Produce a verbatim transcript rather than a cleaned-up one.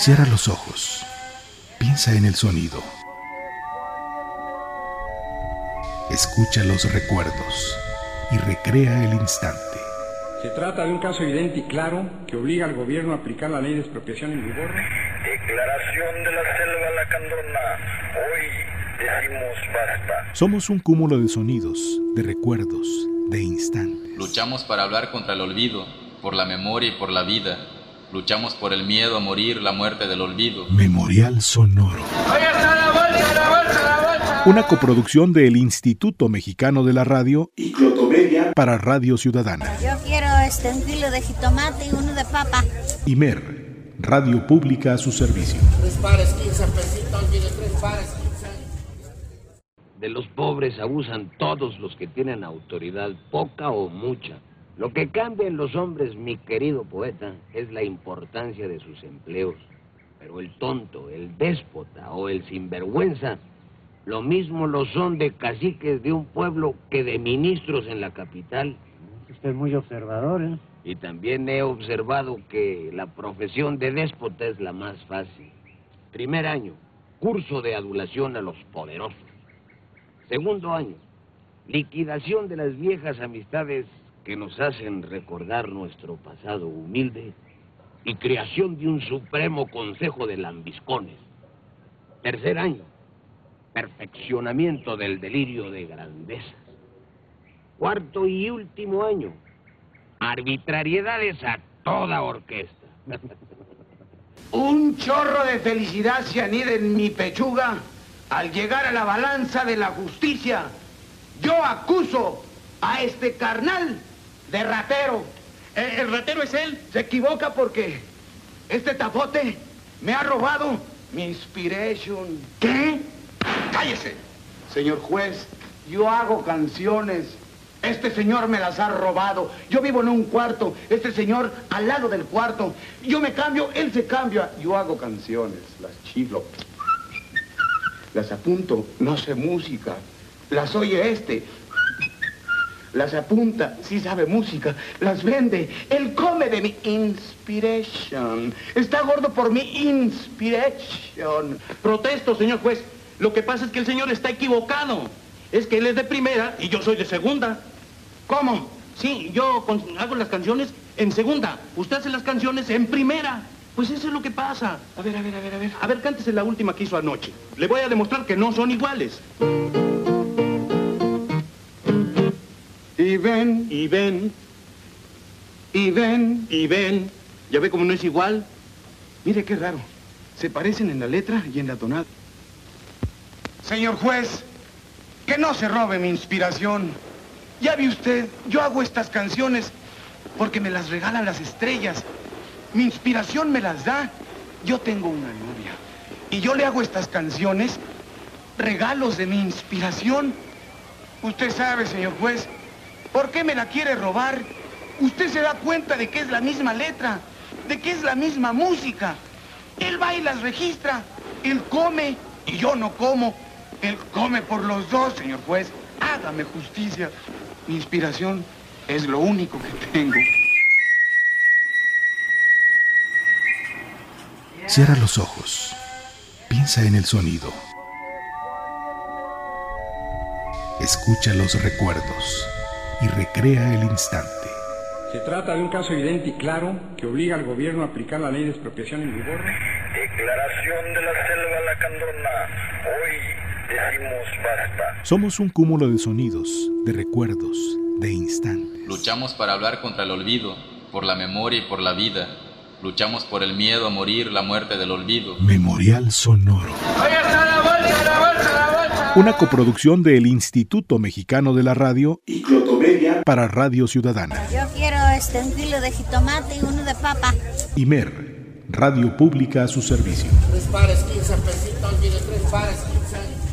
Cierra los ojos. Piensa en el sonido. Escucha los recuerdos y recrea el instante. Se trata de un caso evidente y claro que obliga al gobierno a aplicar la ley de expropiación en vigor. Declaración de la selva lacandona. Hoy decimos basta. Somos un cúmulo de sonidos, de recuerdos, de instantes. Luchamos para hablar contra el olvido, por la memoria y por la vida. Luchamos por el miedo a morir, la muerte del olvido. Memorial Sonoro. Una coproducción del Instituto Mexicano de la Radio y Clotomedia para Radio Ciudadana. Yo quiero este, un kilo de jitomate y uno de papa. Imer, radio pública a su servicio. Tres pares, quince pesitos, mire, tres pares, quince. De los pobres abusan todos los que tienen autoridad, poca o mucha. Lo que cambia en los hombres, mi querido poeta, es la importancia de sus empleos. Pero el tonto, el déspota o el sinvergüenza, lo mismo lo son de caciques de un pueblo que de ministros en la capital. Usted es muy observador, ¿eh? Y también he observado que la profesión de déspota es la más fácil. Primer año, curso de adulación a los poderosos. Segundo año, liquidación de las viejas amistades que nos hacen recordar nuestro pasado humilde y creación de un supremo consejo de lambiscones. Tercer año, perfeccionamiento del delirio de grandezas. Cuarto y último año, arbitrariedades a toda orquesta. Un chorro de felicidad se anida en mi pechuga al llegar a la balanza de la justicia. Yo acuso a este carnal de ratero. ¿El, el ratero es él? Se equivoca porque este tapote me ha robado mi inspiration. ¿Qué? ¡Cállese! Señor juez, yo hago canciones. Este señor me las ha robado. Yo vivo en un cuarto, este señor al lado del cuarto. Yo me cambio, él se cambia. Yo hago canciones, las chiflo, las apunto, no sé música. Las oye este, las apunta, sí sabe música, las vende. Él come de mi inspiration. Está gordo por mi inspiration. Protesto, señor juez. Lo que pasa es que el señor está equivocado. Es que él es de primera y yo soy de segunda. ¿Cómo? Sí, yo con- hago las canciones en segunda. Usted hace las canciones en primera. Pues eso es lo que pasa. A ver, a ver, a ver, a ver. A ver, cántese la última que hizo anoche. Le voy a demostrar que no son iguales. Y ven, Y ven, y ven. y ven. ¿Ya ve cómo no es igual? Mire qué raro. Se parecen en la letra y en la tonada. Señor juez, que no se robe mi inspiración. Ya ve usted, yo hago estas canciones porque me las regalan las estrellas. Mi inspiración me las da. Yo tengo una novia y yo le hago estas canciones, regalos de mi inspiración. Usted sabe, señor juez, ¿por qué me la quiere robar? Usted se da cuenta de que es la misma letra, de que es la misma música. Él va y las registra, él come y yo no como. Él come por los dos, señor juez. Hágame justicia. Mi inspiración es lo único que tengo. Cierra los ojos. Piensa en el sonido. Escucha los recuerdos y recrea el instante. Se trata de un caso evidente y claro que obliga al gobierno a aplicar la ley de expropiación en vigor. Declaración de la selva lacandona. Hoy decimos basta. Somos un cúmulo de sonidos, de recuerdos, de instantes. Luchamos para hablar contra el olvido, por la memoria y por la vida. Luchamos por el miedo a morir, la muerte del olvido. Memorial Sonoro. Una coproducción del Instituto Mexicano de la Radio y Clotomedia para Radio Ciudadana. Yo quiero este, un kilo de jitomate y uno de papa. Imer, radio pública a su servicio. Tres pares, quince pesitos, mire, tres pares, quince.